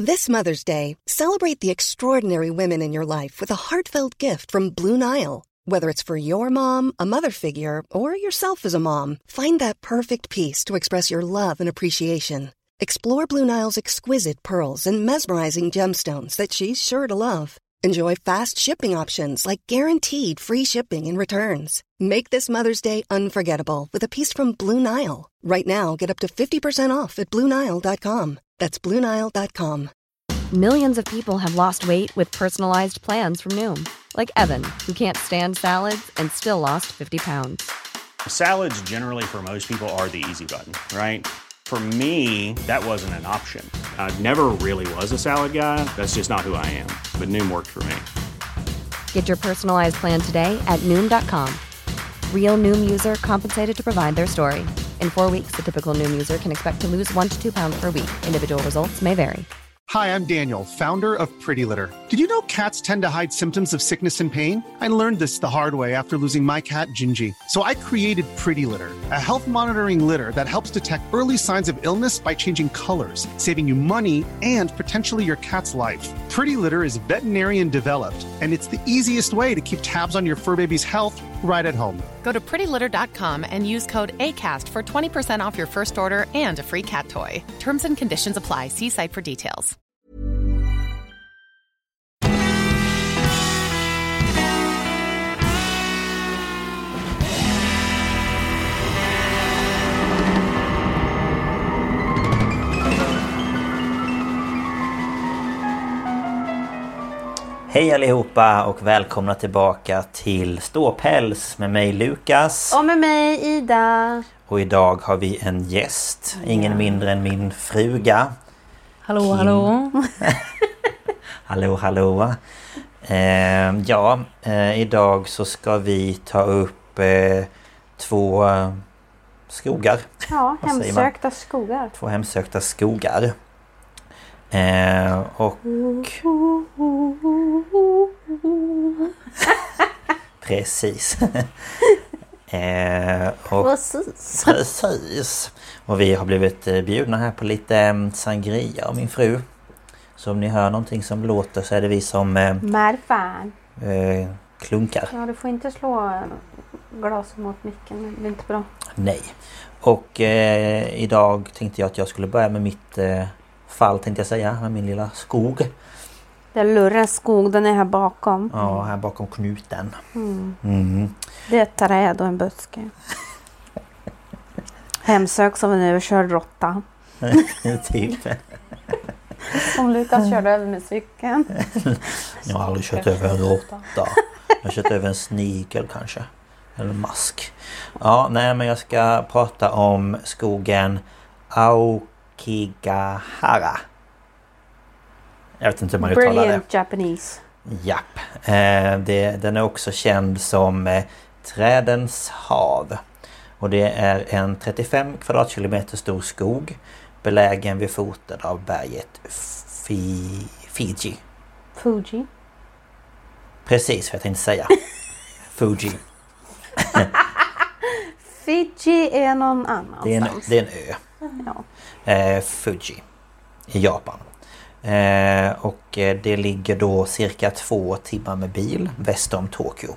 This Mother's Day, celebrate the extraordinary women in your life with a heartfelt gift from Blue Nile. Whether it's for your mom, a mother figure, or yourself as a mom, find that perfect piece to express your love and appreciation. Explore Blue Nile's exquisite pearls and mesmerizing gemstones that she's sure to love. Enjoy fast shipping options like guaranteed free shipping and returns. Make this Mother's Day unforgettable with a piece from Blue Nile. Right now, get up to 50% off at BlueNile.com. That's BlueNile.com. Millions of people have lost weight with personalized plans from Noom. Like Evan, who can't stand salads and still lost 50 pounds. Salads generally for most people are the easy button, right? For me, that wasn't an option. I never really was a salad guy. That's just not who I am. But Noom worked for me. Get your personalized plan today at Noom.com. Real Noom user compensated to provide their story. In 4 weeks, the typical Noom user can expect to lose 1 to 2 pounds per week. Individual results may vary. Hi, I'm Daniel, founder of Pretty Litter. Did you know cats tend to hide symptoms of sickness and pain? I learned this the hard way after losing my cat, Gingy. So I created Pretty Litter, a health monitoring litter that helps detect early signs of illness by changing colors, saving you money and potentially your cat's life. Pretty Litter is veterinarian developed, and it's the easiest way to keep tabs on your fur baby's health right at home. Go to prettylitter.com and use code ACAST for 20% off your first order and a free cat toy. Terms and conditions apply. See site for details. Hej allihopa och välkomna tillbaka till Ståpäls med mig Lukas. Och med mig Ida. Och idag har vi en gäst, ingen mindre än min fruga. Hallå, Kim. hallå. Hallå. Idag så ska vi ta upp 2 skogar. Ja, hemsökta skogar. 2 hemsökta skogar. Och precis. Precis. Och vi har blivit bjudna här på lite sangria av min fru. Så om ni hör någonting som låter så är det vi som Märfan. Klunkar. Ja, du får inte slå glas mot micken. Det är inte bra. Nej. Och idag tänkte jag att jag skulle börja med mitt fall, tänkte jag säga, med min lilla skog. Det är Lurrens skog, den är här bakom. Ja, här bakom knuten. Det är ett träd och en buske. Hemsöks av en överkörd råtta. Typ. Som Lukas körde över med cykeln. Jag har aldrig kört över en råtta. Jag har kört över en snigel kanske. Eller mask. Ja, nej, men jag ska prata om skogen Aokigahara. Jag vet inte hur man uttalar det. Brilliant Japanese. Japp. Den är också känd som Trädens hav. Och det är en 35 kvadratkilometer stor skog belägen vid foten av berget Fiji. Fuji. Precis vad jag tänkte säga. Fuji. Fiji är någon annanstans. Det är en ö. Ja. Fuji i Japan. Och det ligger då cirka 2 timmar med bil väster om Tokyo.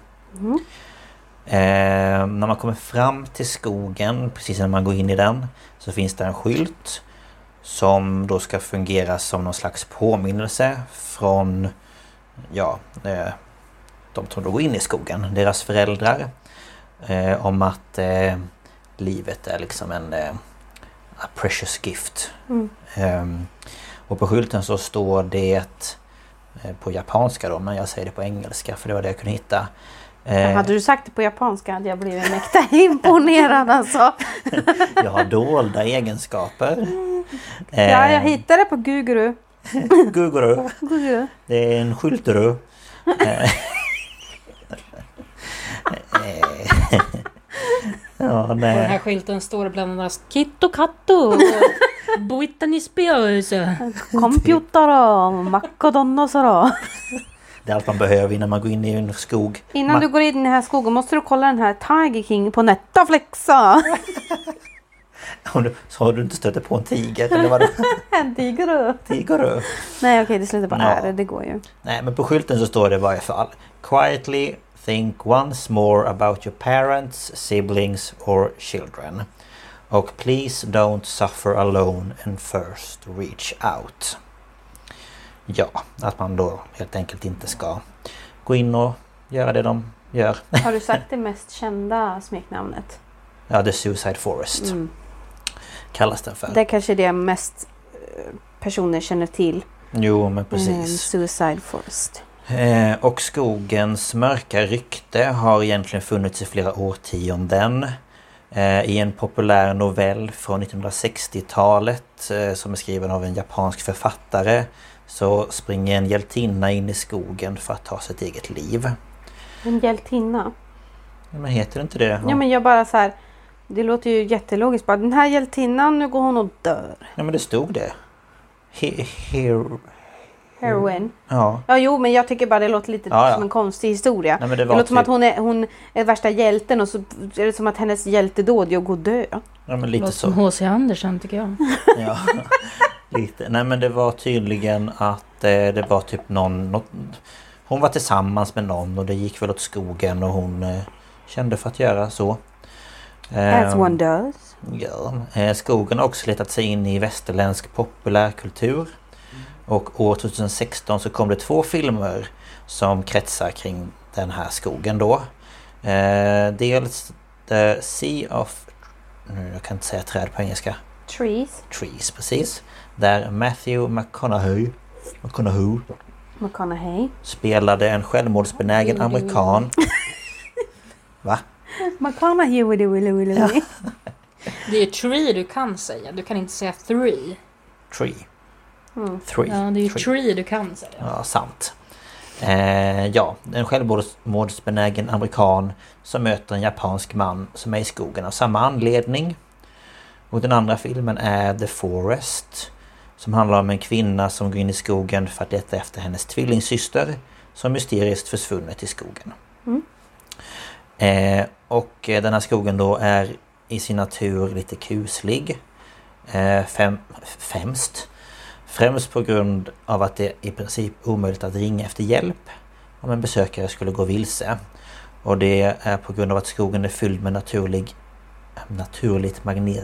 När man kommer fram till skogen, precis när man går in i den, så finns det en skylt som då ska fungera som någon slags påminnelse från de som då går in i skogen, deras föräldrar, om att livet är liksom en a precious gift. Och på skylten så står det på japanska då, men jag säger det på engelska för det var det jag kunde hitta. Hade du sagt det på japanska hade jag blivit mäkta imponerad alltså. Jag har dolda egenskaper. Ja, jag hittade det på Google. Google. Det är en skyltru. På den här skylten står det bland annat Kitto Katto Boitani spiosa Computer och Macodonnos och Det är allt man behöver innan man går in i en skog. Innan du går in i den här skogen måste du kolla den här Tiger King på Netflix. Så har du inte stött på en tiger eller vad det? En tigerö. Tigerö. Nej okej, det slutar på R, det går ju. Nej, men på skylten så står det i varje fall: Quietly think once more about your parents, siblings or children. Och please don't suffer alone and first reach out. Ja, att man då helt enkelt inte ska gå in och göra det de gör. Har du sagt det mest kända smeknamnet? Ja, The Suicide Forest kallas den för. Det kanske är det mest personer känner till. Jo, men precis. Suicide Forest. Och skogens mörka rykte har egentligen funnits i flera årtionden. I en populär novell från 1960-talet som är skriven av en japansk författare så springer en hjältinna in i skogen för att ta sitt eget liv. En hjältinna? Ja, men heter det inte det? Ja, men jag bara så här, det låter ju jättelogiskt. Bara, den här hjältinnan, nu går hon och dör. Ja, men det stod det. Heroin. Ja. Ja, jo, men jag tycker bara det låter lite som en konstig historia. Nej, men det låter som att hon är värsta hjälten och så är det som att hennes hjältedåd är att gå och dö. Ja, men lite så. Som H.C. Andersen tycker jag. Ja, lite. Nej, men det var tydligen att det var typ hon var tillsammans med någon och det gick väl åt skogen och hon kände för att göra så. As one does. Ja. Skogen har också letat sig in i västerländsk populärkultur. Och år 2016 så kom det 2 filmer som kretsar kring den här skogen då. Dels The Sea of... Jag kan inte säga träd på engelska. Trees, precis. Där Matthew McConaughey spelade en självmordsbenägen amerikan. Va? McConaughey willy. Ja. Det är tree du kan säga. Du kan inte säga three. Tree. Ja, det är ju tree du kan säga. Ja, sant. En självmordsbenägen amerikan som möter en japansk man som är i skogen av samma anledning. Och den andra filmen är The Forest, som handlar om en kvinna som går in i skogen för att leta efter hennes tvillingsyster som mysteriskt försvunnit i skogen. Och den här skogen då är i sin natur lite kuslig. Främst på grund av att det är i princip omöjligt att ringa efter hjälp om en besökare skulle gå vilse. Och det är på grund av att skogen är fylld med naturligt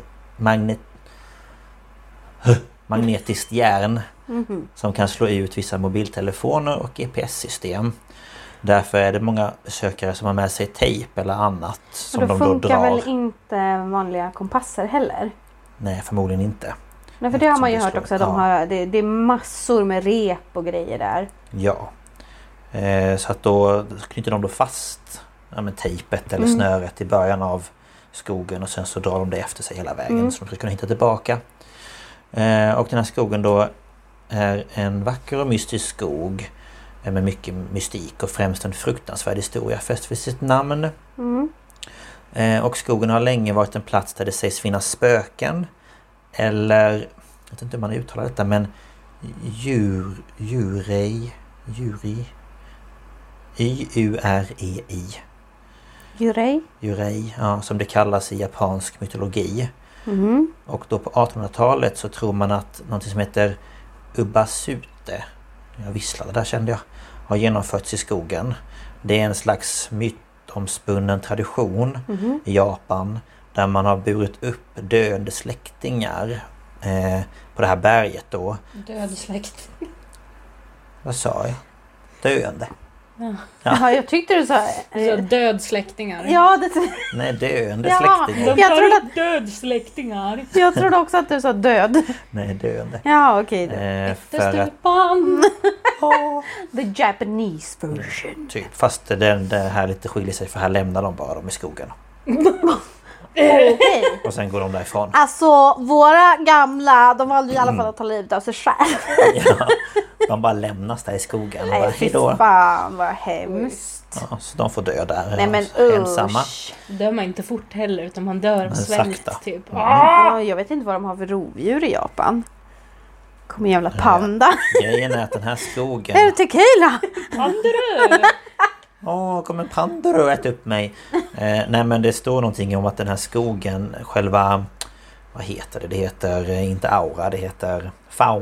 magnetiskt järn som kan slå ut vissa mobiltelefoner och GPS-system. Därför är det många besökare som har med sig tejp eller annat som de då drar. Då funkar väl inte vanliga kompasser heller? Nej, förmodligen inte. Nej, för det har man ju hört också. Det är massor med rep och grejer där. Ja. Så att då knyter de då fast tejpet eller snöret i början av skogen och sen så drar de det efter sig hela vägen så de ska kunna hitta tillbaka. Och den här skogen då är en vacker och mystisk skog med mycket mystik och främst en fruktansvärd historia fäst vid sitt namn. Och skogen har länge varit en plats där det sägs finnas spöken eller, jag vet inte hur man uttalar detta, men Yurei, ja, som det kallas i japansk mytologi. Och då på 1800-talet så tror man att något som heter Ubasute, jag visslade där kände jag, har genomförts i skogen. Det är en slags mytomspunnen tradition i Japan där man har burit upp döende släktingar på det här berget då. Död släkting. Vad sa jag? Döende. Ja. Ja, jag tyckte du sa... död släktingar. Ja, Nej, döende släktingar. De tar upp död släktingar. Jag trodde också att du sa död. Nej, döende. Ja, okej. För att... The Japanese version. Typ, fast det här lite skiljer sig för här lämnar de bara dem i skogen. Okay. Och sen går de därifrån. Alltså, våra gamla, de valde i alla fall att ta livet av sig själv. Ja, de bara lämnas där i skogen. Och Nej, fy fan vad hemskt. Ja, så de får dö där. Nej, men ensamma. Dör man inte fort heller utan man dör av svält typ. Jag vet inte vad de har för rovdjur i Japan. Kommer en jävla panda. Grejen är att den här skogen... Är det tequila? Pandorö! Kommer Pandorö äta upp mig? Nej, men det står någonting om att den här skogen, själva vad heter det? Det heter inte aura, det heter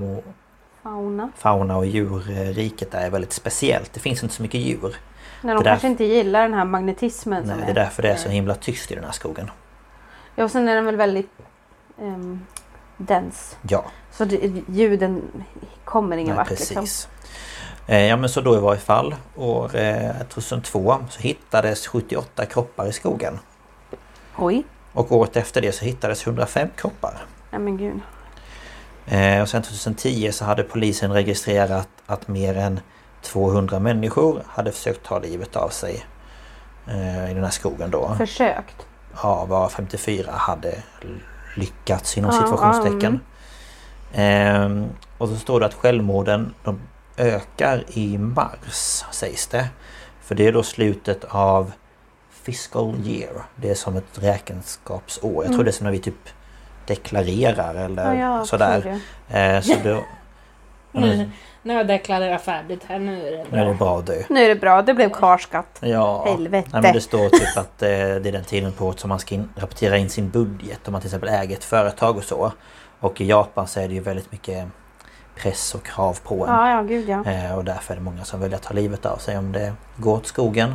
fauna och djurriket är väldigt speciellt. Det finns inte så mycket djur. Nej, de kanske inte gillar den här magnetismen. Nej, det är därför det är så himla tyst i den här skogen. Ja, och sen är den väl väldigt dens. Ja. Så ljuden kommer ingen vart liksom. Ja, men så då i varje fall år 2002 så hittades 78 kroppar i skogen. Oj. Och året efter det så hittades 105 kroppar. Ja, men gud. Och sen 2010 så hade polisen registrerat att mer än 200 människor hade försökt ta livet av sig i den här skogen då. Försökt? Ja, bara 54 hade lyckats inom situationstecken. Och så står det att självmorden de ökar i mars, sägs det. För det är då slutet av fiscal year. Det är som ett räkenskapsår. Jag tror det är som när vi typ deklarerar eller sådär. Så då, nu har jag deklarerat färdigt här. Nu är det bra. Nu är det bra du. Nu är det bra. Det blev karskatt. Ja. Helvete. Nej, men det står typ att det är den tiden på året som man ska rapportera in sin budget. Om man till exempel äger ett företag och så. Och i Japan så är det ju väldigt mycket press och krav på en. Ja, gud ja. Och därför är det många som väljer att ta livet av sig om det går åt skogen.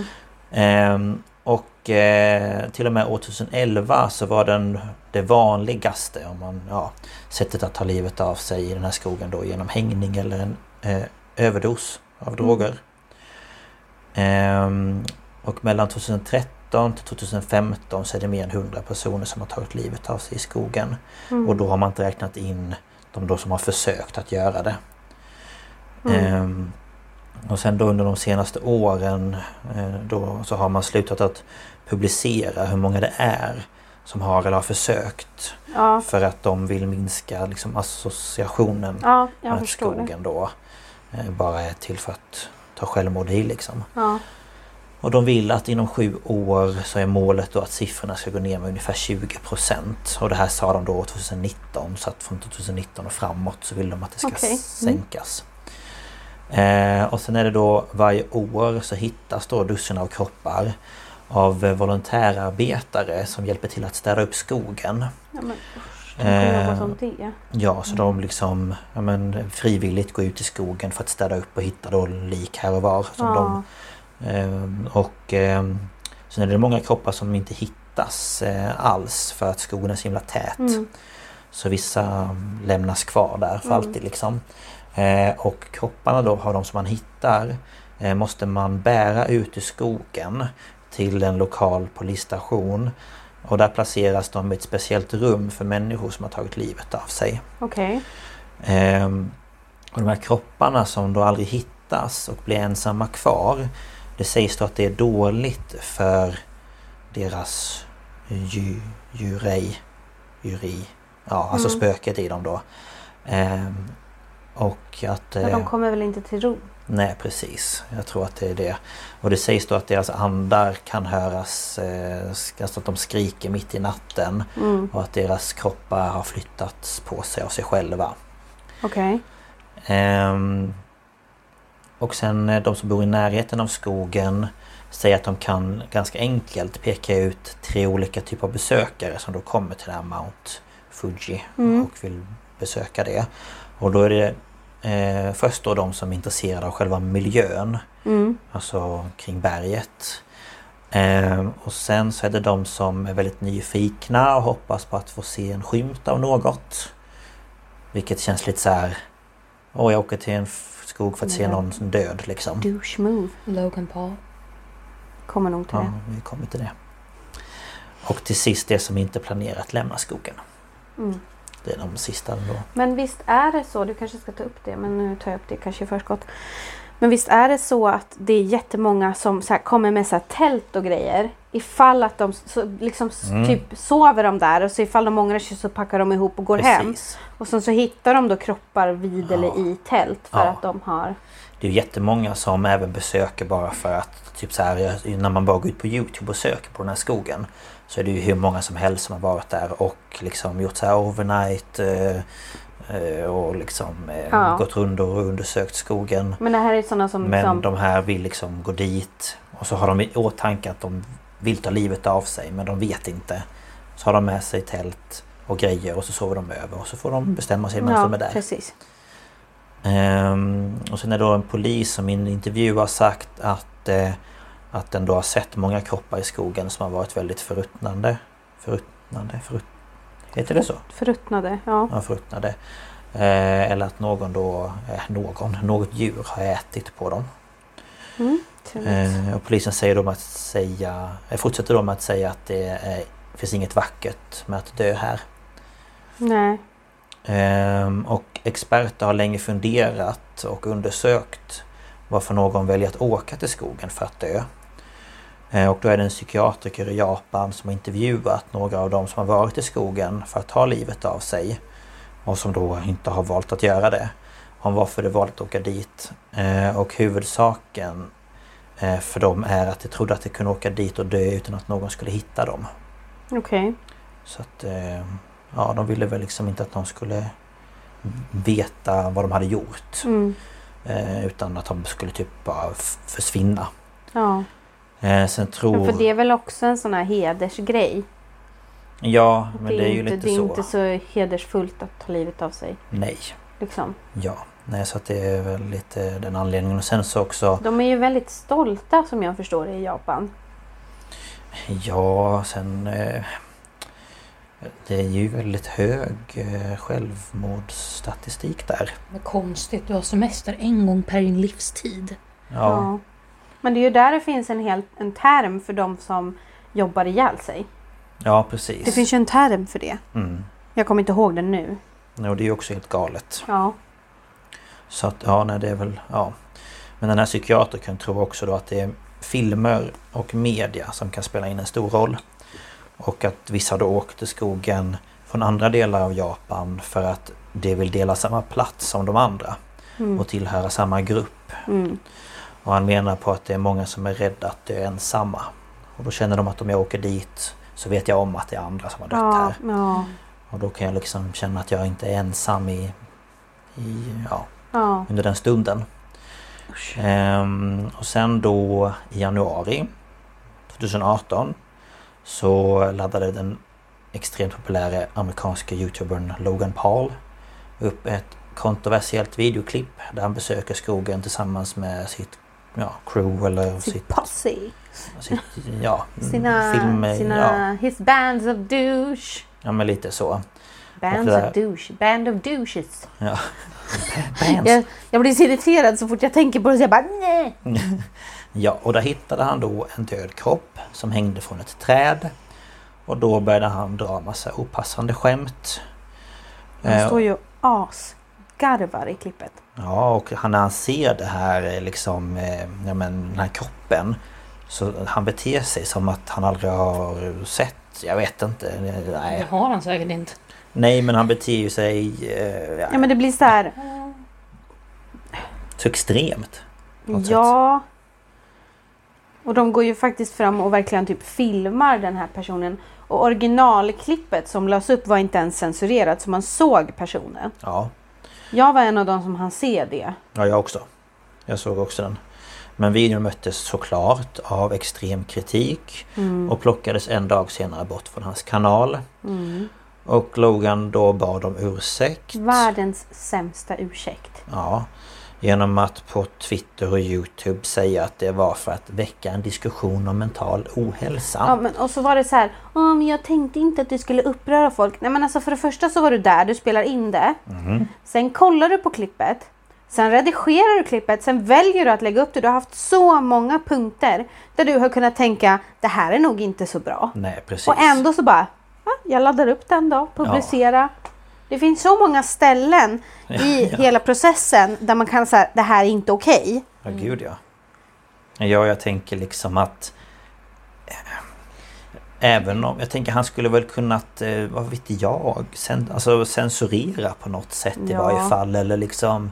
Och till och med år 2011 så var det vanligaste om man, sättet att ta livet av sig i den här skogen då genom hängning eller en överdos av droger. Och mellan 2013 till 2015 så är det mer än 100 personer som har tagit livet av sig i skogen. Och då har man inte räknat in de då som har försökt att göra det. Och sen då under de senaste åren då så har man slutat att publicera hur många det är som har eller har försökt. Ja. För att de vill minska liksom associationen med att skogen då bara är till för att ta självmord i liksom. Ja. Och de vill att inom 7 år så är målet då att siffrorna ska gå ner med ungefär 20%. Och det här sa de då 2019, så att från 2019 och framåt så vill de att det ska sänkas. Och sen är det då varje år så hittas då dussin av kroppar av volontärarbetare som hjälper till att städa upp skogen. Ja, men de jobba som det. Ja, så de liksom frivilligt går ut i skogen för att städa upp och hitta då lik här och var som sen är det många kroppar som inte hittas alls för att skogen är så himla tät. Så vissa lämnas kvar där för alltid liksom. Och kropparna då av de som man hittar måste man bära ut i skogen till en lokal polisstation. Och där placeras de i ett speciellt rum för människor som har tagit livet av sig. Okej. Och de här kropparna som då aldrig hittas och blir ensamma kvar, det sägs då att det är dåligt för deras alltså spöket i dem då. Och att de kommer väl inte till ro? Nej, precis. Jag tror att det är det. Och det sägs då att deras andar kan höras, alltså att de skriker mitt i natten. Och att deras kroppar har flyttats på sig av sig själva. Okej. Och sen de som bor i närheten av skogen säger att de kan ganska enkelt peka ut 3 olika typer av besökare som då kommer till det här Mount Fuji och vill besöka det. Och då är det först då de som är intresserade av själva miljön, alltså kring berget. Och sen så är det de som är väldigt nyfikna och hoppas på att få se en skymt av något. Vilket känns lite så här: jag åker till en skog för att se någon som död liksom. Douche move. Logan Paul. Kommer nog till det. Vi kommer till det. Och till sist det som inte planerat att lämna skogen. Det är de sista då. Men visst är det så, du kanske ska ta upp det, men nu tar jag upp det kanske i förskott. Men visst är det så att det är jättemånga som så här kommer med så här tält och grejer. Ifall att de liksom typ sover de där, och så ifall de ångrar sig så packar de ihop och går hem. Och så hittar de då kroppar vid eller i tält för att de har... Det är jättemånga som även besöker bara för att typ så här, när man bara går ut på YouTube och söker på den här skogen, så är det ju hur många som helst som har varit där och liksom gjort så här overnight och liksom gått runt och undersökt skogen. Men det här är sådana som... Men de här vill liksom gå dit och så har de i åtanke att de vill ta livet av sig, men de vet inte. Så har de med sig tält och grejer och så sover de över och så får de bestämma sig medan de är där. Precis. Och sen är det då en polis som i en intervju har sagt att den då har sett många kroppar i skogen som har varit väldigt förruttnande. Heter det så? Förruttnade, ja. Ja, förruttnade. Eller att något djur har ätit på dem. Och polisen fortsätter då med att säga att det finns inget vackert med att dö här. Nej. Och experter har länge funderat och undersökt varför någon väljer att åka till skogen för att dö. Och då är det en psykiatriker i Japan som har intervjuat några av dem som har varit i skogen för att ta livet av sig. Och som då inte har valt att göra det. Om varför de valt att åka dit. Och huvudsaken för dem är att de trodde att de kunde åka dit och dö utan att någon skulle hitta dem. Okej. Så att de ville väl liksom inte att de skulle veta vad de hade gjort. Utan att de skulle typ bara försvinna. Ja. Sen tror... För det är väl också en sån här hedersgrej. Ja, men det är ju lite så. Det är inte så hedersfullt att ta livet av sig. Nej. Liksom. Ja, nej, så att det är väl lite den anledningen. Och sen så också... De är ju väldigt stolta som jag förstår det i Japan. Ja, sen... det är ju väldigt hög självmordsstatistik där. Men konstigt, du har semester en gång per din livstid. Ja. Men det är ju där det finns en term för de som jobbar ihjäl sig. Ja, precis. Det finns ju en term för det. Jag kommer inte ihåg den nu. Ja, det är ju också helt galet. Ja. Så att, det är väl, Men den här psykiatrikern tror också då att det är filmer och media som kan spela in en stor roll. Och att vissa då åkte till skogen från andra delar av Japan för att de vill dela samma plats som de andra. Och tillhöra samma grupp. Och han menar på att det är många som är rädda att det är ensamma. Och då känner de att om jag åker dit så vet jag om att det är andra som har dött här. Ja. Och då kan jag liksom känna att jag inte är ensam under den stunden. Och sen då i januari 2018 så laddade den extremt populära amerikanska youtubern Logan Paul upp ett kontroversiellt videoklipp där han besöker skogen tillsammans med sitt crew eller sitt posse. His bands of douche. Ja, men lite så. Band of douches. Ja. Jag blir så irriterad så fort jag tänker på det så jag bara nej. Ja, och där hittade han då en död kropp som hängde från ett träd. Och då började han dra massa opassande skämt. Han står ju asgarvar i klippet. Ja, och när han ser det här liksom, den här kroppen, så han beter sig som att han aldrig har sett, jag vet inte. Nej. Det har han säkert inte. Nej, men han beter ju sig... Ja, men det blir så här... Så extremt. Ja. Och de går ju faktiskt fram och verkligen typ filmar den här personen. Och originalklippet som lades upp var inte ens censurerat så man såg personen. Ja. Jag var en av dem som hann se det. Ja, jag också. Jag såg också den. Men videon möttes såklart av extrem kritik och plockades en dag senare bort från hans kanal. Och Logan då bad om ursäkt. Världens sämsta ursäkt. Ja, genom att på Twitter och YouTube säga att det var för att väcka en diskussion om mental ohälsa. Ja, men och så var det så här, men jag tänkte inte att det skulle uppröra folk. Nej, men alltså för det första så var du där, du spelar in det. Sen kollar du på klippet. Sen redigerar du klippet, sen väljer du att lägga upp det. Du har haft så många punkter där du har kunnat tänka, det här är nog inte så bra. Nej, precis. Och ändå så bara, jag laddar upp den då, publicera. Ja. Det finns så många ställen i hela processen där man kan säga, det här är inte okej. Ja, gud ja. Ja, jag tänker liksom att även om, jag tänker han skulle väl kunnat, vad vet jag, censurera på något sätt i varje fall. Eller liksom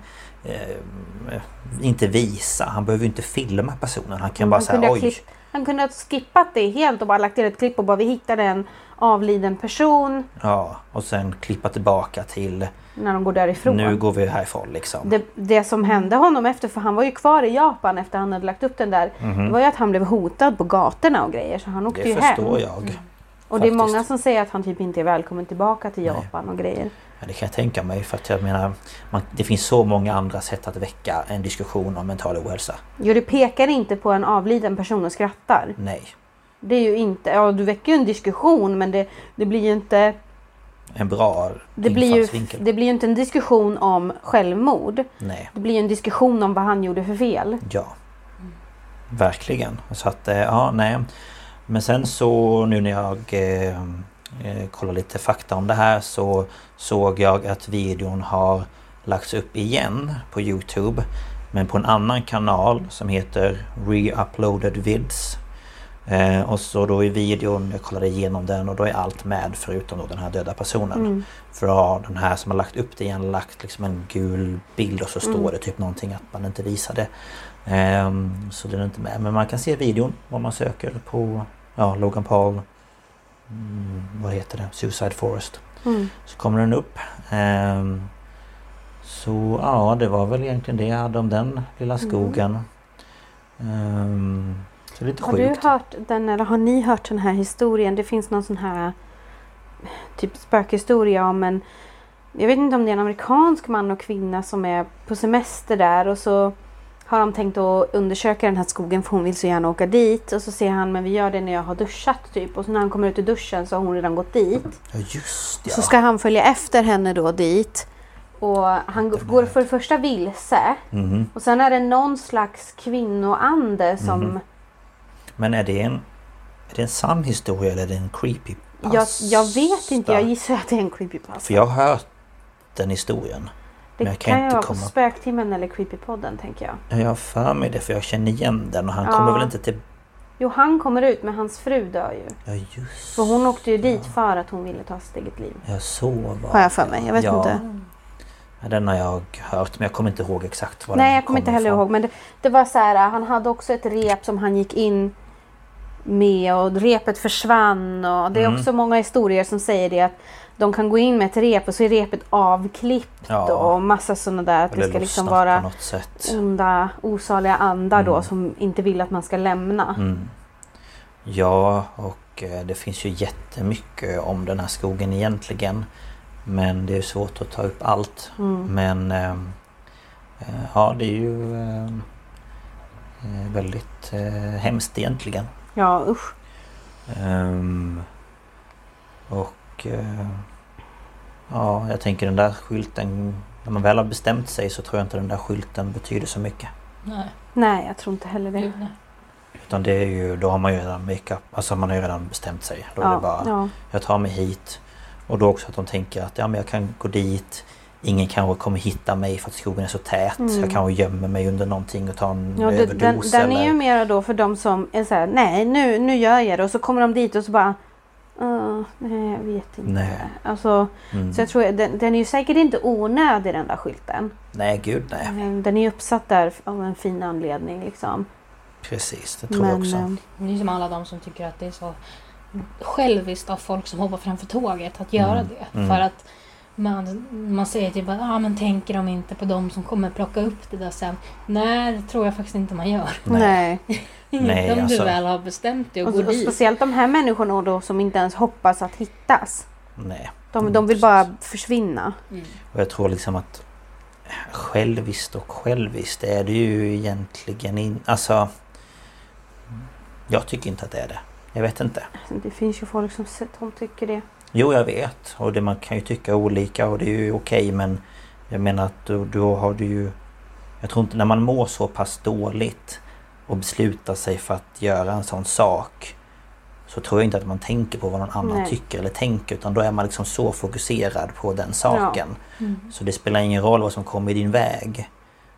inte visa. Han behöver ju inte filma personen. Han kan bara säga oj. Han kunde ha skippat det helt och bara lagt till ett klipp och bara vi hittade en avliden person. Ja, och sen klippa tillbaka till när de går därifrån. Nu går vi härifrån liksom. Det som hände honom efter, för han var ju kvar i Japan efter han hade lagt upp den där, det var ju att han blev hotad på gatorna och grejer så han åkte ju hem. Det förstår jag. Och det är många som säger att han typ inte är välkommen tillbaka till Japan och grejer. Ja, det kan jag tänka mig, för att jag menar, det finns så många andra sätt att väcka en diskussion om mental ohälsa. Jo, det pekar inte på en avliden person och skrattar. Nej. Det är ju inte, ja, du väcker ju en diskussion, men det blir ju inte en bra infallsvinkel. Det blir ju inte en diskussion om självmord. Nej. Det blir ju en diskussion om vad han gjorde för fel. Ja. Verkligen. Så att, ja, nej. Men sen så nu när jag kollar lite fakta om det här, så såg jag att videon har lagts upp igen på YouTube, men på en annan kanal som heter Re-uploaded Vids. Och så då i videon, jag kollade igenom den, och då är allt med förutom då den här döda personen. För ja, den här som har lagt upp det igen, lagt liksom en gul bild och så står det typ någonting att man inte visar det. Så det är inte med. Men man kan se videon om man söker på Logan Paul, vad heter det? Suicide Forest. Så kommer den upp. Så ja, det var väl egentligen det jag hade om den lilla skogen. Så lite har sjukt. Du hört den, eller har ni hört den här historien? Det finns någon sån här typ spökhistoria om en, jag vet inte om det är en amerikansk man och kvinna som är på semester där, och så har de tänkt att undersöka den här skogen för hon vill så gärna åka dit, och så ser han, men vi gör det när jag har duschat typ, och så när han kommer ut ur duschen så har hon redan gått dit. Ja, just det. Så ska han följa efter henne då dit, och han går för det första vilse, och sen är det någon slags kvinnoande som Men är det en sann historia eller är det en creepypasta? Jag vet inte, jag gissar att det är en creepypasta. För jag har hört den historien. Det kan ju vara på Spöktimmen eller Creepypodden, tänker jag. Jag har för mig det, för jag känner igen den, och han kommer väl inte till... Jo, han kommer ut, men hans fru dör ju. Ja, just. För hon åkte ju dit för att hon ville ta sitt eget liv. Ja, så var har jag för mig, jag vet inte. Ja, den har jag hört, men jag kommer inte ihåg exakt vad. Nej, jag kommer inte heller ihåg, men det var så här, han hade också ett rep som han gick in med, och repet försvann, och det är också många historier som säger det, att de kan gå in med ett rep och så är repet avklippt och massa sådana där, att det ska liksom vara onda, osaliga andar då som inte vill att man ska lämna. Ja, och det finns ju jättemycket om den här skogen egentligen, men det är svårt att ta upp allt. Men ja, det är ju väldigt hemskt egentligen. Ja, usch. Och ja, jag tänker den där skylten, när man väl har bestämt sig så tror jag inte den där skylten betyder så mycket. Nej, jag tror inte heller det. Utan det är ju, då har man ju redan alltså man har ju redan bestämt sig. Då är det bara, jag tar mig hit. Och då också att de tänker att men jag kan gå dit. Ingen kanske kommer hitta mig för att skogen är så tät. Jag kanske gömmer mig under någonting och tar en överdos. Den är ju mer då för de som är så här, nej nu gör jag det. Och så kommer de dit och så bara, nej jag vet inte. Nej. Alltså, så jag tror den är ju säkert inte onödig, den där skylten. Nej, gud nej. Den är ju uppsatt där av en fin anledning liksom. Precis, det tror jag också. Det är som alla de som tycker att det är så själviskt av folk som hoppar framför tåget att göra det. För att man säger typ att men tänker de inte på de som kommer plocka upp det där sen. Nej, det tror jag faktiskt inte man gör. Nej. Nej, om du väl har bestämt dig och går dit. Speciellt de här människorna då som inte ens hoppas att hittas. Nej. De vill bara försvinna. Och jag tror liksom att själviskt är det ju egentligen alltså jag tycker inte att det är det. Jag vet inte. Det finns ju folk som tycker det. Jo, jag vet. Och man kan ju tycka olika och det är ju okej, men jag menar att då har du ju... Jag tror inte när man mår så pass dåligt och beslutar sig för att göra en sån sak, så tror jag inte att man tänker på vad någon annan tycker eller tänker, utan då är man liksom så fokuserad på den saken. Så det spelar ingen roll vad som kommer i din väg.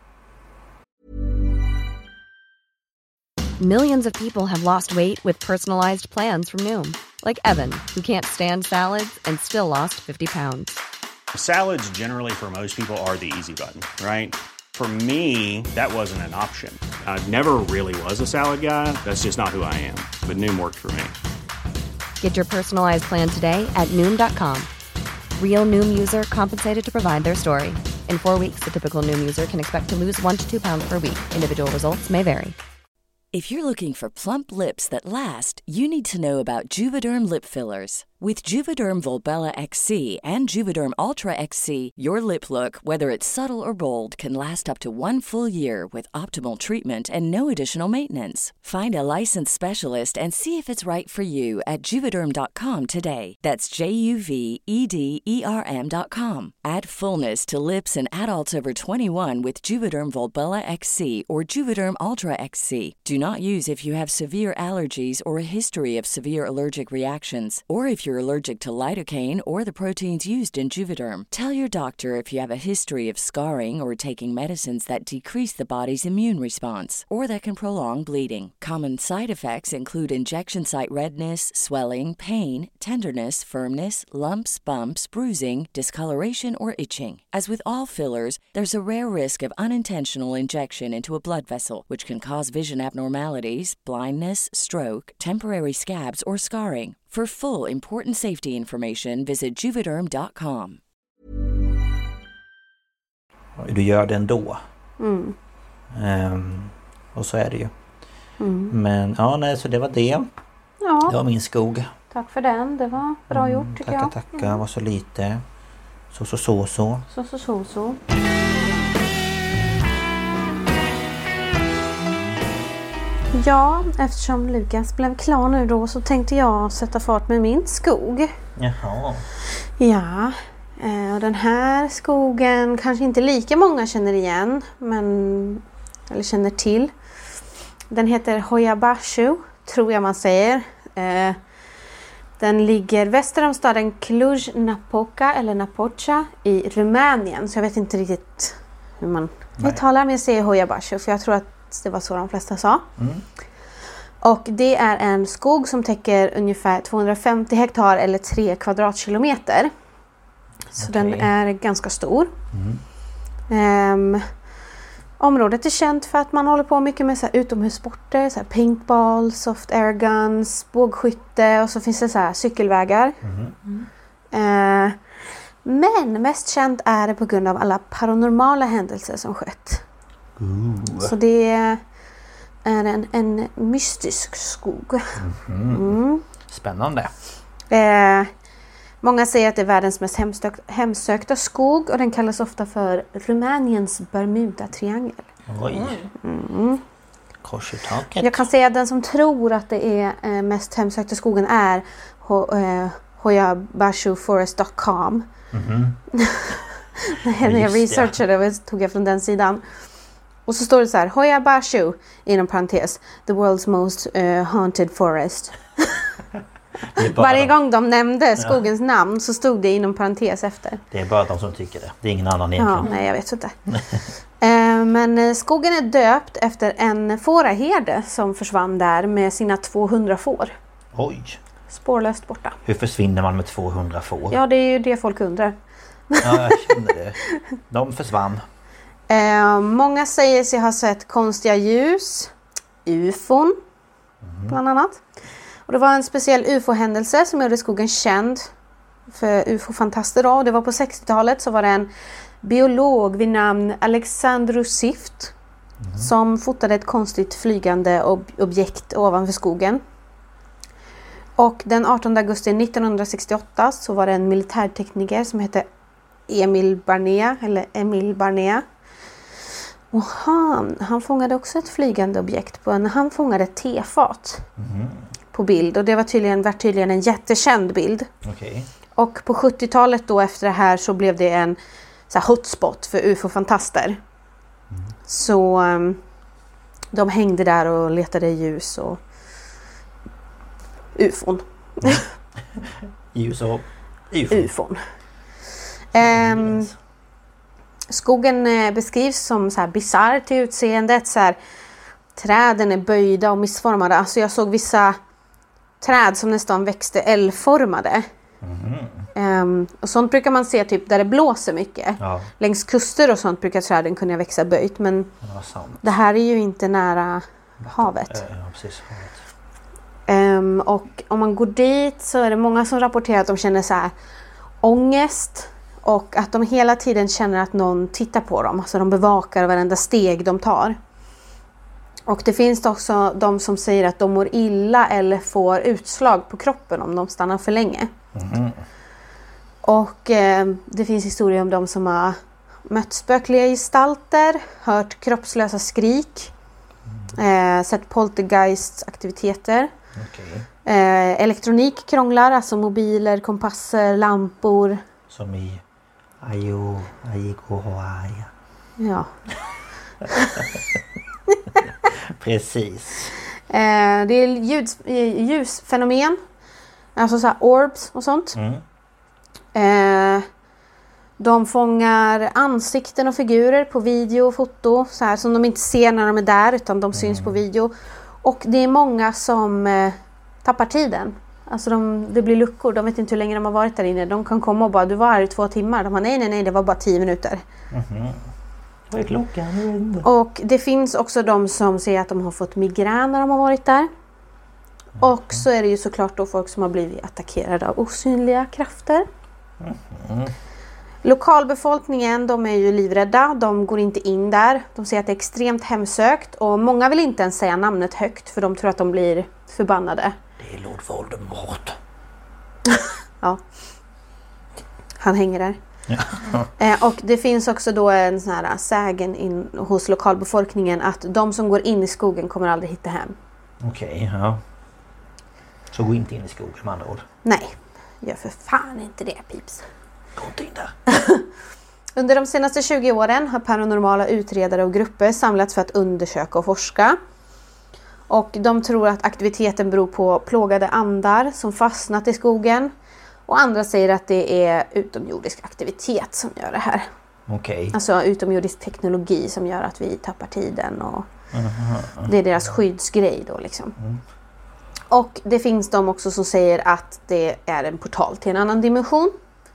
Millions of people have lost weight with personalized plans from Noom. Like Evan, who can't stand salads and still lost 50 pounds. Salads generally for most people are the easy button, right? For me, that wasn't an option. I never really was a salad guy. That's just not who I am. But Noom worked for me. Get your personalized plan today at Noom.com. Real Noom user compensated to provide their story. In 4 weeks, the typical Noom user can expect to lose 1 to 2 pounds per week. Individual results may vary. If you're looking for plump lips that last, you need to know about Juvederm lip fillers. With Juvederm Volbella XC and Juvederm Ultra XC, your lip look, whether it's subtle or bold, can last up to 1 full year with optimal treatment and no additional maintenance. Find a licensed specialist and see if it's right for you at Juvederm.com today. That's JUVEDERM.com. Add fullness to lips in adults over 21 with Juvederm Volbella XC or Juvederm Ultra XC. Do not use if you have severe allergies or a history of severe allergic reactions, or if you're allergic to lidocaine or the proteins used in Juvederm. Tell your doctor if you have a history of scarring or taking medicines that decrease the body's immune response or that can prolong bleeding. Common side effects include injection site redness, swelling, pain, tenderness, firmness, lumps, bumps, bruising, discoloration, or itching. As with all fillers, there's a rare risk of unintentional injection into a blood vessel, which can cause vision abnormalities, blindness, stroke, temporary scabs, or scarring. For full important safety information, visit Juvederm.com. Du gör det ändå. Och så är det ju. Men ja, nej, så det var det. Ja. Det var min skog. Tack för den. Det var bra gjort tycker jag. Tackar. Var så lite. Så. Så. Ja, eftersom Lukas blev klar nu då så tänkte jag sätta fart med min skog. Jaha. Ja, och den här skogen kanske inte lika många känner igen, eller känner till. Den heter Hoia Bashu, tror jag man säger. Den ligger väster om staden Cluj-Napoca eller Napoca i Rumänien. Så jag vet inte riktigt hur man uttalar, men jag säger Hoia Bashu för jag tror att det var så de flesta sa. Och det är en skog som täcker ungefär 250 hektar eller 3 kvadratkilometer. Så den är ganska stor. Området är känt för att man håller på mycket med så här utomhussporter, så här paintball, soft air guns, bågskytte och så finns det så här cykelvägar. Men mest känt är det på grund av alla paranormala händelser som skett. Så det är en mystisk skog. Spännande. Många säger att det är världens mest hemsökta skog och den kallas ofta för Rumäniens Bermuda-triangel. Oj. Kors i taket. Jag kan säga att den som tror att det är mest hemsökta skogen är hoiabashuforest.com. När jag researchade det tog jag från den sidan. Och så står det så här: Hoia Bashu, inom parentes, the world's most haunted forest. Varje gång de nämnde skogens namn så stod det inom parentes efter. Det är bara de som tycker det. Det är ingen annan egentligen. Ja, nej, jag vet inte. Men skogen är döpt efter en fåraherde som försvann där med sina 200 får. Oj. Spårlöst borta. Hur försvinner man med 200 får? Ja, det är ju det folk undrar. Ja, jag känner det. De försvann. Många säger sig ha sett konstiga ljus, ufon bland annat. Och det var en speciell ufo-händelse som gjorde skogen känd för ufo-fantaster då. Och det var på 60-talet så var det en biolog vid namn Alexandru Sift som fotade ett konstigt flygande objekt ovanför skogen. Och den 18 augusti 1968 så var det en militärtekniker som hette Emil Barnea. Och han fångade också ett flygande objekt han fångade ett tefat på bild. Och det var tydligen en jättekänd bild. Okay. Och på 70-talet då efter det här så blev det en så här hotspot för ufo-fantaster. Så de hängde där och letade ljus och ufon. Ljus och ufon. Skogen beskrivs som så här bizarr till utseendet. Så här, träden är böjda och missformade. Alltså jag såg vissa träd som nästan växte L-formade. Och sånt brukar man se typ där det blåser mycket. Ja. Längs kuster och sånt brukar träden kunna växa böjt. Men det här är ju inte nära havet. Ja, precis, havet. Och om man går dit så är det många som rapporterar att de känner så här ångest. Och att de hela tiden känner att någon tittar på dem. Alltså de bevakar varenda steg de tar. Och det finns också de som säger att de mår illa eller får utslag på kroppen om de stannar för länge. Och det finns historier om de som har mött spökliga gestalter, hört kroppslösa skrik, sett poltergeists aktiviteter. Elektronik krånglar, alltså mobiler, kompasser, lampor. Som i Ayo, Ayikohoaya. Ja. Precis. Det är ljusfenomen. Alltså så här orbs och sånt. De fångar ansikten och figurer på video och foto. Så här, som de inte ser när de är där, utan de syns på video. Och det är många som tappar tiden. Alltså det blir luckor. De vet inte hur länge de har varit där inne. De kan komma och bara, du var här i 2 timmar. De bara, nej, det var bara 10 minuter. Vad är klockan? Och det finns också de som säger att de har fått migrän när de har varit där. Och så är det ju såklart då folk som har blivit attackerade av osynliga krafter. Lokalbefolkningen, de är ju livrädda. De går inte in där. De säger att det är extremt hemsökt. Och många vill inte ens säga namnet högt, för de tror att de blir förbannade. Det är Lord Voldemort. Ja. Han hänger där. Och det finns också då en sån här sägen hos lokalbefolkningen att de som går in i skogen kommer aldrig hitta hem. Okej, ja. Så gå inte in i skogen med andra ord. Nej, gör för fan inte det, Pips. Gå inte in där. Under de senaste 20 åren har paranormala utredare och grupper samlats för att undersöka och forska. Och de tror att aktiviteten beror på plågade andar som fastnat i skogen. Och andra säger att det är utomjordisk aktivitet som gör det här. Okej. Alltså utomjordisk teknologi som gör att vi tappar tiden. Och det är deras skyddsgrej då liksom. Och det finns de också som säger att det är en portal till en annan dimension.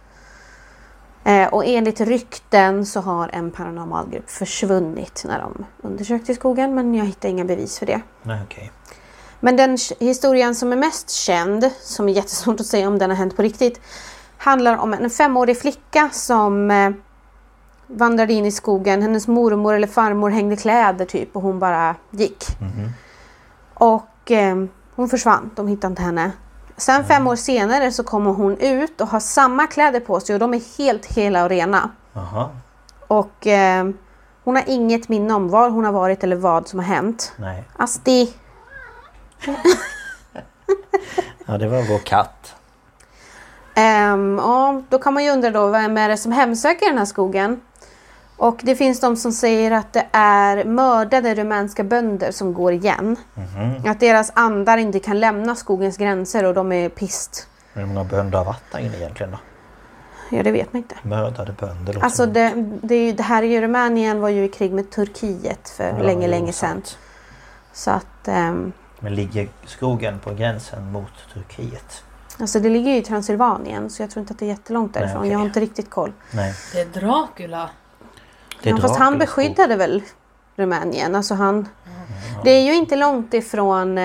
Och enligt rykten så har en paranormal grupp försvunnit när de undersökte i skogen. Men jag hittar inga bevis för det. Nej, okej. Men den historien som är mest känd, som är jättesvårt att säga om den har hänt på riktigt, handlar om en 5-årig flicka som vandrade in i skogen. Hennes mormor eller farmor hängde kläder typ och hon bara gick. Och hon försvann, de hittade inte henne. Sen 5 år senare så kommer hon ut och har samma kläder på sig och de är helt hela och rena. Och hon har inget minne om var hon har varit eller vad som har hänt. Nej. Asti. Ja, det var vår katt. Ja, då kan man ju undra då, vem är det som hemsöker den här skogen? Och det finns de som säger att det är mördade rumänska bönder som går igen. Att deras andar inte kan lämna skogens gränser och de är pist. Hur många bönder har varit där inne egentligen då? Ja, det vet man inte. Mördade bönder. Alltså det här i Rumänien var ju i krig med Turkiet för länge sedan. Så att... Men ligger skogen på gränsen mot Turkiet? Alltså det ligger ju i Transylvanien, så jag tror inte att det är jättelångt därifrån. Nej, okay. Jag har inte riktigt koll. Nej. Det är Dracula. Fast han beskyddade väl Rumänien. Alltså han... Det är ju inte långt ifrån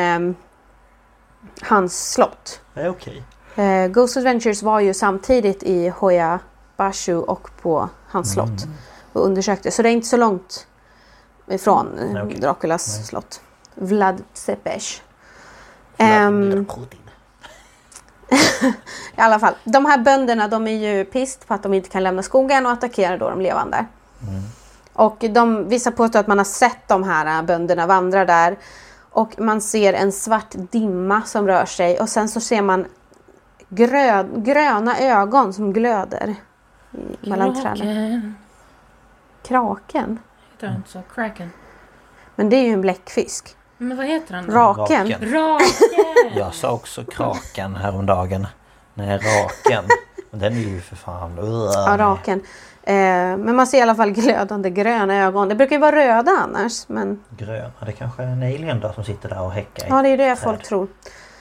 hans slott. Det är okej. Ghost Adventures var ju samtidigt i Hoia Bashu och på hans slott. Och undersökte. Så det är inte så långt ifrån Draculas slott. Vlad Tepes. I alla fall, de här bönderna, de är ju pist på att de inte kan lämna skogen och attackerar då de levande. Och vissa påstår att man har sett de här bönderna vandra där. Och man ser en svart dimma som rör sig. Och sen så ser man gröna ögon som glöder mellan träden. Kraken? Heter han så? Kraken? Men det är ju en bläckfisk. Men vad heter han då? Raken. Jag sa också kraken häromdagen. Nej, raken. Den är ju för fan... Ja, raken. Men man ser i alla fall glödande gröna ögon. Det brukar ju vara röda annars. Men... Gröna, det kanske är en alien då som sitter där och häckar i. Ja, det är det folk tror.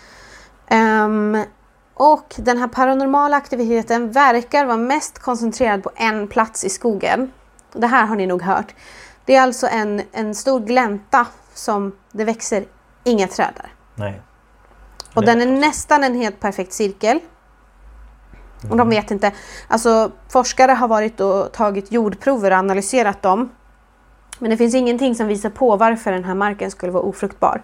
Och den här paranormala aktiviteten verkar vara mest koncentrerad på en plats i skogen. Det här har ni nog hört. Det är alltså en stor glänta som det växer inga träd där. Nej. Och den är nästan en helt perfekt cirkel. Och de vet inte. Alltså forskare har varit och tagit jordprover och analyserat dem. Men det finns ingenting som visar på varför den här marken skulle vara ofruktbar.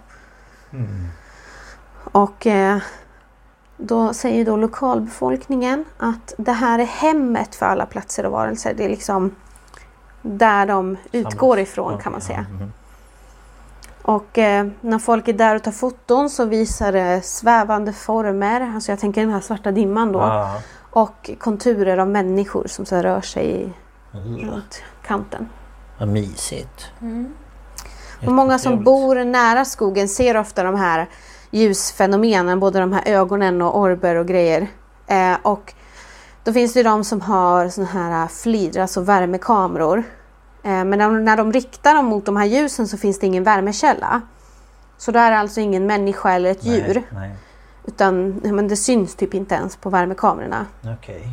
Och då säger då lokalbefolkningen att det här är hemmet för alla platser och varelser. Det är liksom där de utgår ifrån, kan man säga. Och när folk är där och tar foton så visar det svävande former. Alltså jag tänker den här svarta dimman då. Och konturer av människor som så rör sig runt kanten. Vad mysigt. Och många som bor nära skogen ser ofta de här ljusfenomenen. Både de här ögonen och orber och grejer. Och då finns det de som har såna här FLIR, alltså värmekameror. Men när de riktar dem mot de här ljusen så finns det ingen värmekälla. Så då är det alltså ingen människa eller ett djur. Nej. Utan men det syns typ inte ens på värmekamerorna. Okej.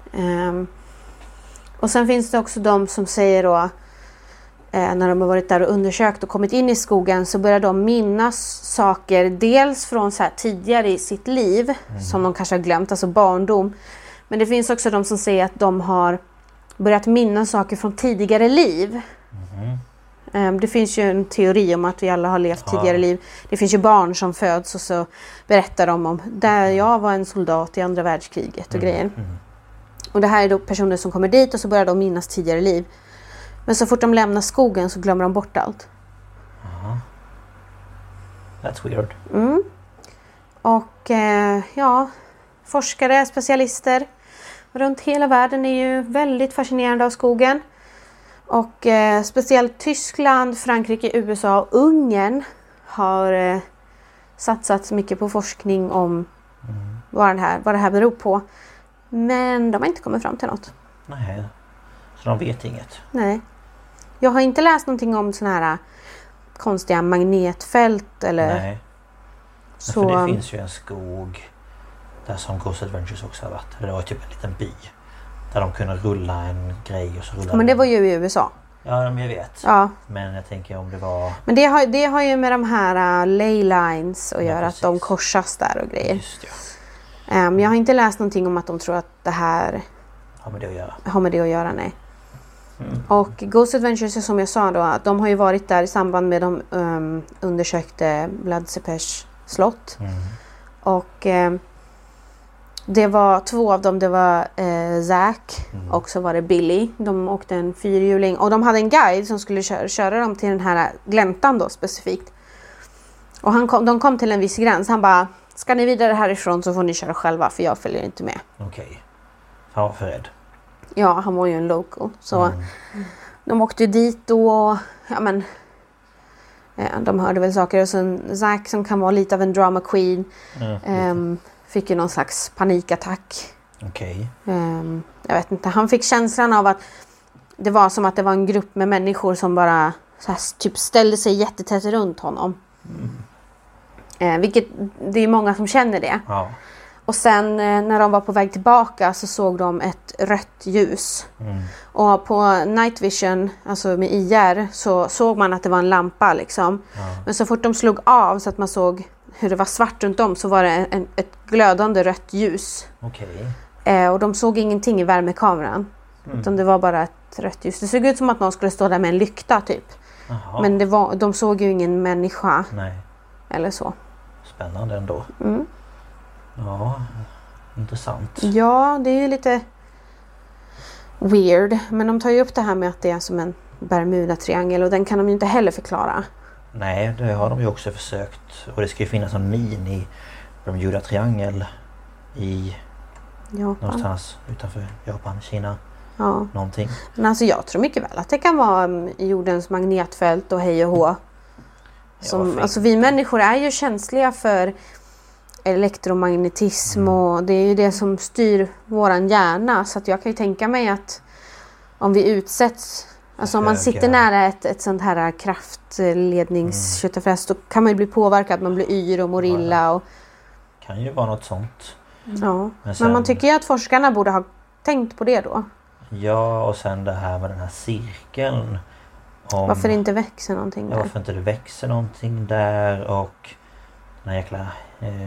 Och sen finns det också de som säger då, när de har varit där och undersökt och kommit in i skogen, så börjar de minnas saker dels från så här tidigare i sitt liv som de kanske har glömt, alltså barndom. Men det finns också de som säger att de har börjat minnas saker från tidigare liv. Det finns ju en teori om att vi alla har levt tidigare liv. Det finns ju barn som föds och så berättar de om där jag var en soldat i andra världskriget och grejer. Och det här är då personer som kommer dit och så börjar de minnas tidigare liv. Men så fort de lämnar skogen så glömmer de bort allt. That's weird. Och ja, forskare, specialister runt hela världen är ju väldigt fascinerande av skogen. Och speciellt Tyskland, Frankrike, USA och Ungern har satsat mycket på forskning om vad det här beror på. Men de har inte kommit fram till något. Nej, så de vet inget. Nej. Jag har inte läst någonting om såna här konstiga magnetfält eller... Nej. Så... För det finns ju en skog där som Ghost Adventures också har varit. Det var typ en liten by. Där de kunde rulla en grej och så rulla. Men det var ju i USA. Ja, jag vet. Ja. Men jag tänker om det var... Men det har ju med de här ley lines att göra, att de korsas där och grejer. Just det. Jag har inte läst någonting om att de tror att det här har med det att göra, nej. Och Ghost Adventures, som jag sa då, att de har ju varit där i samband med de undersökte Vlad Tepes slott. Och det var 2 av dem, det var Zack och så var det Billy. De åkte en 4-hjuling och de hade en guide som skulle köra dem till den här gläntan då specifikt. Och de kom till en viss gräns. Han bara, ska ni vidare härifrån så får ni köra själva för jag följer inte med. Okej. Han var för rädd. Ja, han var ju en local. Så de åkte dit och ja men de hörde väl saker. Och sen Zack som kan vara lite av en drama queen fick ju någon slags panikattack. Okej. Jag vet inte, han fick känslan av att det var som att det var en grupp med människor som bara så här, typ ställde sig jättetätt runt honom. Vilket det är många som känner det. Ja. Och sen när de var på väg tillbaka så såg de ett rött ljus. Och på night vision, alltså med IR, så såg man att det var en lampa liksom. Men så fort de slog av så att man såg hur det var svart runt om, så var det ett glödande rött ljus. Okej. Och de såg ingenting i värmekameran. Utan det var bara ett rött ljus. Det såg ut som att någon skulle stå där med en lykta typ. Aha. Men de såg ju ingen människa. Nej. Eller så. Spännande ändå. Ja, intressant. Ja, det är ju lite weird. Men de tar ju upp det här med att det är som en Bermuda-triangel. Och den kan de ju inte heller förklara. Nej, det har de ju också försökt. Och det ska ju finnas en mini Bermuda-triangel i Japan. Någonstans utanför Japan, Kina. Ja. Någonting. Men alltså jag tror mycket väl att det kan vara jordens magnetfält och hej och hå. Alltså vi människor är ju känsliga för elektromagnetism och det är ju det som styr våran hjärna. Så att jag kan ju tänka mig att om vi utsätts, alltså om man sitter nära ett sånt här kraftledningsköttafräs, då kan man ju bli påverkad, man blir yr och mår illa. Och... kan ju vara något sånt. Ja, men man tycker ju att forskarna borde ha tänkt på det då. Ja, och sen det här med den här cirkeln. Varför det inte växer någonting där. Varför inte det växer någonting där och den här jäkla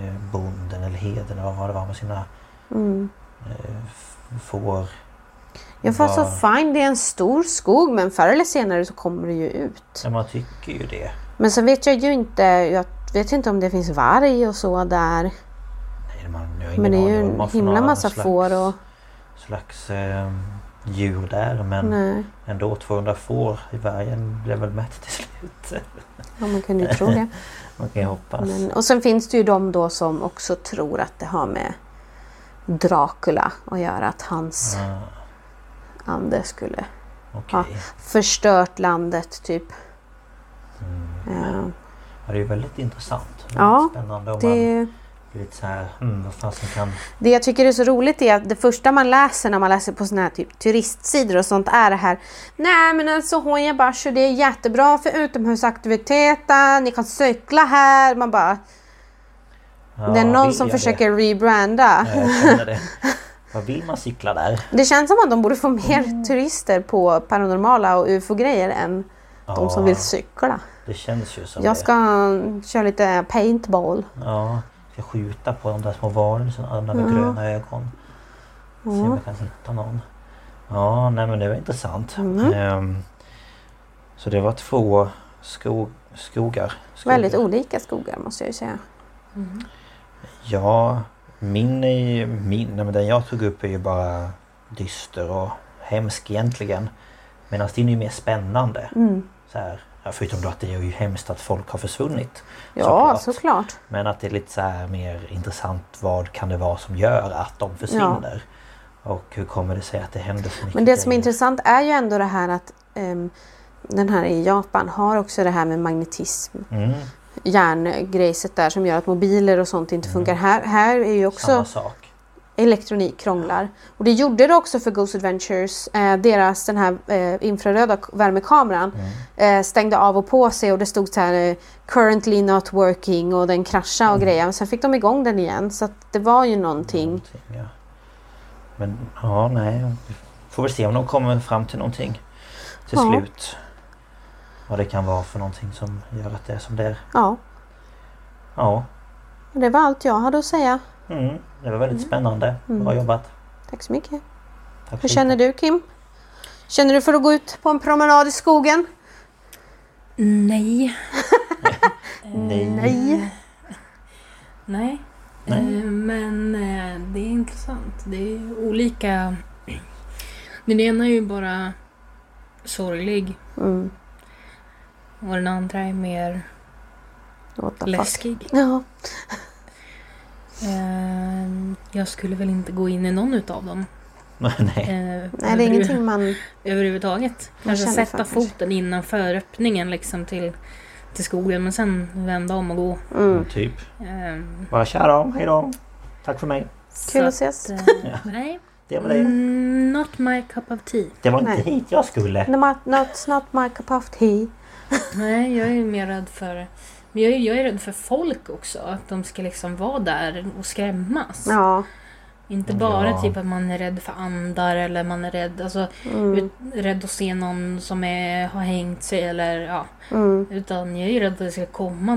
bonden eller heden eller vad det var med sina får. Ja, fast så fine, det är en stor skog, men förr eller senare så kommer det ju ut. Ja, man tycker ju det. Men så vet jag ju inte, jag vet inte om det finns varg och så där. Nej, men det är ju en himla massa får och... slags djur där, men ändå 200 får i vargen blev väl mätt till slut. Ja, man kan ju tro det. Man kan ju hoppas. Och sen finns det ju de då som också tror att det har med Dracula att göra, att hans ande skulle ha förstört landet typ. Ja, det är ju väldigt intressant. Ja, spännande om det... man blir lite så här, vad fan som kan... Det jag tycker är så roligt är att det första man läser när man läser på såna här typ turistsidor och sånt är det här. Nej, men alltså Hojabashi, det är jättebra för utomhusaktiviteter, ni kan cykla här. Man bara... Ja, det är någon som försöker rebranda. Jag känner det. Vad vill man cykla där? Det känns som att de borde få mer turister på paranormala och ufo-grejer än de som vill cykla. Det känns ju som jag ska köra lite paintball. Ja, jag ska skjuta på de där små varelserna med gröna ögon. Se om jag kan hitta någon. Ja, nej men det var intressant. Så det var 2 skogar. Väldigt olika skogar måste jag ju säga. Ja, den jag tog upp är ju bara dyster och hemsk egentligen. Medan din är ju mer spännande. Så här, förutom då att det är ju hemskt att folk har försvunnit. Ja, såklart. Men att det är lite så här mer intressant, vad kan det vara som gör att de försvinner? Ja. Och hur kommer det sig att det händer så mycket? Men det som är intressant är ju ändå det här att den här i Japan har också det här med magnetism. Järngrejset där som gör att mobiler och sånt inte funkar. Här är ju också samma sak. Elektronik krånglar. Och det gjorde det också för Ghost Adventures. Deras den här infraröda värmekameran stängde av och på sig och det stod så här currently not working och den kraschade och grejer. Sen fick de igång den igen så att det var ju någonting. Ja. Men får vi se om de kommer fram till någonting till slut. Vad det kan vara för någonting som gör att det är som det är. Ja. Det var allt jag hade att säga. Det var väldigt spännande. Bra jobbat. Tack så mycket. Hur känner du, Kim? Känner du för att gå ut på en promenad i skogen? Nej. Nej. Men det är intressant. Det är olika. Den ena är ju bara sorglig. Och den andra är mer läskig. Ja. Jag skulle väl inte gå in i någon utav dem. Nej, det är ingenting man... Överhuvudtaget. Kanske sätta foten innanför öppningen liksom till skogen. Men sen vända om och gå. Typ. Bara tja då, hej då. Tack för mig. Kul att ses. Nej. Det var det. Not my cup of tea. Det var inte hit jag skulle. Not my cup of tea. Nej, jag är mer rädd för... Men jag är rädd för folk också. Att de ska liksom vara där och skrämmas. Ja. Inte bara typ att man är rädd för andar. Eller man är rädd, rädd att se någon som har hängt sig. Eller utan jag är rädd att det ska komma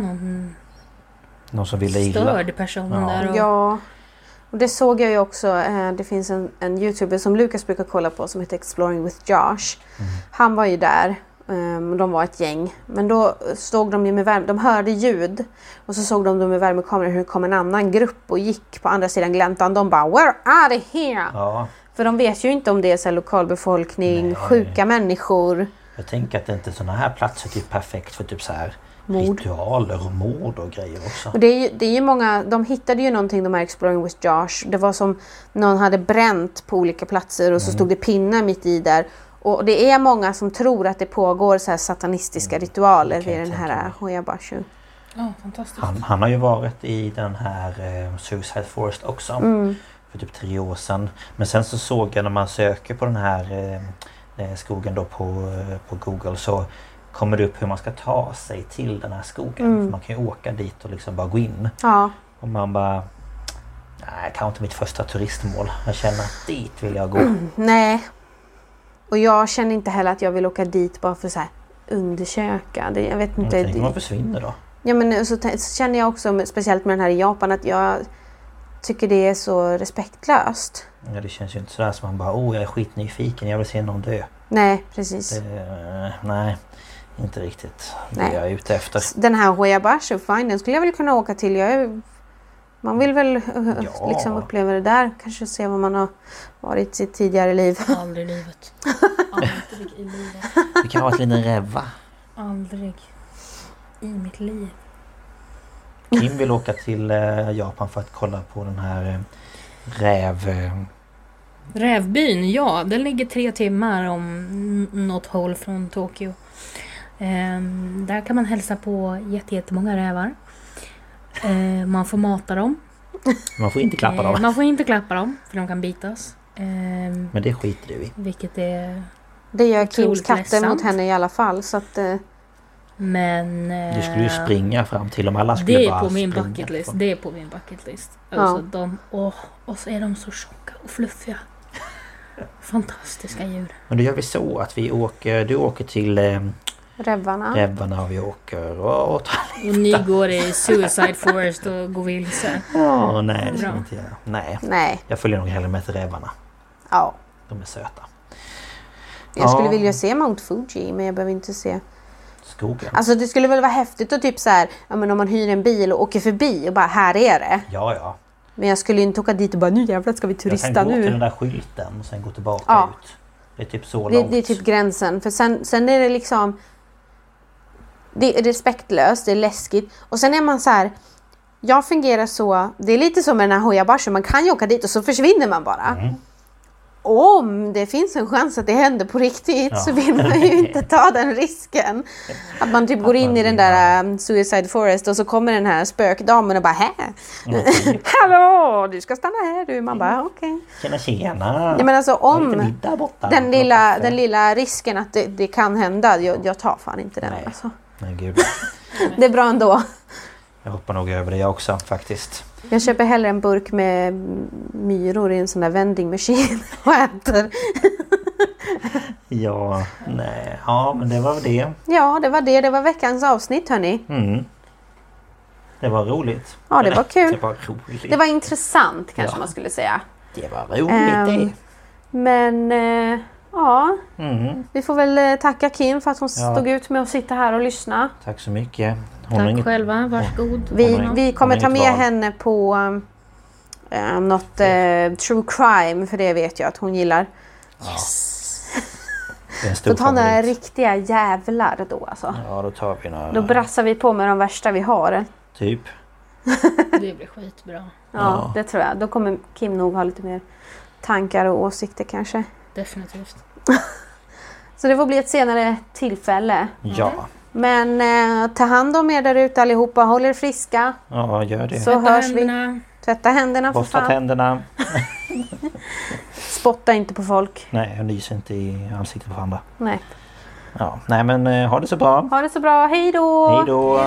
någon som vill illa. Störd person där. Ja. Och det såg jag ju också. Det finns en YouTuber som Lukas brukar kolla på som heter Exploring with Josh. Han var ju där. De var ett gäng. Men då stod de ju med de hörde ljud. Och så såg de med värmekameror hur det kom en annan grupp och gick på andra sidan gläntan. De bara, where are they here? Ja. För de vet ju inte om det är så här lokalbefolkning, sjuka människor. Jag tänker att det inte är sådana här platser typ perfekt för typ så här mord. Ritualer och mord och grejer också. Och det är ju många, de hittade ju någonting, de här Exploring with Josh. Det var som någon hade bränt på olika platser och så stod det pinnar mitt i där. Och det är många som tror att det pågår så här satanistiska ritualer i den här Hojabashi. Ja, fantastiskt. Han har ju varit i den här Suicide Forest också för typ 3 år sedan. Men sen så såg jag när man söker på den här skogen då på Google så kommer det upp hur man ska ta sig till den här skogen. För man kan ju åka dit och liksom bara gå in. Ja. Och man bara, nej, kanske inte mitt första turistmål. Jag känner att dit vill jag gå. Nej. Och jag känner inte heller att jag vill åka dit bara för så här undersöka. Jag vet inte. Tänk om man försvinner då? Ja, men så känner jag också, speciellt med den här i Japan, att jag tycker det är så respektlöst. Ja, det känns ju inte sådär som man bara, jag är skitnyfiken, jag vill se någon dö. Nej, precis. Nej, inte riktigt det jag är ute efter. Den här Hoyabashi, fine, den skulle jag väl kunna åka till. Man vill väl liksom uppleva det där. Kanske se vad man har varit i sitt tidigare liv. Aldrig i livet. Aldrig i livet. Vi kan ha ett liten räva. Aldrig i mitt liv. Kim vill åka till Japan för att kolla på den här Rävbyn, ja. Den ligger 3 timmar om något håll från Tokyo. Där kan man hälsa på jättemånga rävar. Man får mata dem. Man får inte klappa dem. Man får inte klappa dem, för de kan bitas. Men det skiter du i. Vilket är... Det gör Kims katter mot henne i alla fall, så att... Men... Du skulle ju springa fram till dem, alla skulle bara på min bucket list. Det är på min bucket list. Alltså och så är de så tjocka och fluffiga. Fantastiska djur. Men då gör vi så att du åker till Rävarna och vi åker och ni går i Suicide Forest och går vilse. Ja, nej, det ska vi inte göra. Nej. Jag följer nog hellre med till Rävarna. Ja. De är söta. Jag skulle vilja se Mount Fuji, men jag behöver inte se skogen. Alltså det skulle väl vara häftigt att typ så här, men om man hyr en bil och åker förbi och bara, här är det. Ja. Men jag skulle inte åka dit och bara, nu jävlar ska vi turista nu. Jag kan gå till den där skylten och sen gå tillbaka ut. Det är typ så långt. Det är typ gränsen. För sen är det liksom, det är respektlöst, det är läskigt. Och sen är man så här, jag fungerar så, det är lite som med den här Hoyabashi, man kan ju åka dit och så försvinner man bara. Om det finns en chans att det händer på riktigt så vill man ju inte ta den risken. Att man typ går in i den där Suicide Forest och så kommer den här spökdamen och bara hallå, du ska stanna här du. Man bara okej. Tjena. Ja, men alltså om den lilla risken att det kan hända, jag tar fan inte den. Alltså. Nej, gud. Det är bra ändå. Jag hoppar nog över det också faktiskt. Jag köper hellre en burk med myror i en sån där vending machine och äter. Ja, men det var det. Ja, det var det. Det var veckans avsnitt, hörni. Det var roligt. Ja, det var kul. Det var roligt. Det var intressant kanske man skulle säga. Det var roligt Men vi får väl tacka Kim för att hon stod ut med att sitta här och lyssna. Tack så mycket. Tack själva, varsågod. Vi kommer ta med henne på något true crime, för det vet jag att hon gillar. Då tar några riktiga jävlar då alltså. Ja, då tar vi några. Då brassar vi på med de värsta vi har. Typ. Det blir skitbra. Ja, det tror jag. Då kommer Kim nog ha lite mer tankar och åsikter kanske. Definitivt. Så det får bli ett senare tillfälle. Ja. Men ta hand om er där ute allihopa. Håll er friska. Ja, gör det. Så hörs vi. Tvätta händerna för fan. Borsta tänderna. Spotta inte på folk. Nej, jag nyser inte i ansiktet på andra. Nej. Ja, nej men ha det så bra. Ha det så bra. Hej då. Hej då.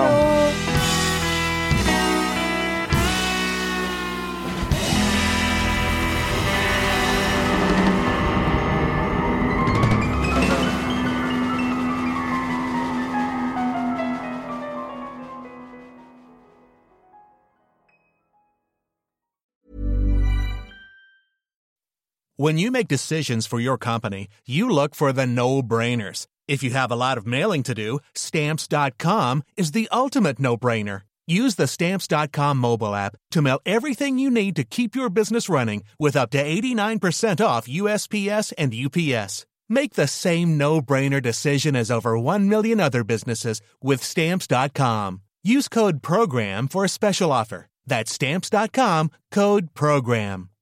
When you make decisions for your company, you look for the no-brainers. If you have a lot of mailing to do, Stamps.com is the ultimate no-brainer. Use the Stamps.com mobile app to mail everything you need to keep your business running with up to 89% off USPS and UPS. Make the same no-brainer decision as over 1 million other businesses with Stamps.com. Use code PROGRAM for a special offer. That's Stamps.com, code PROGRAM.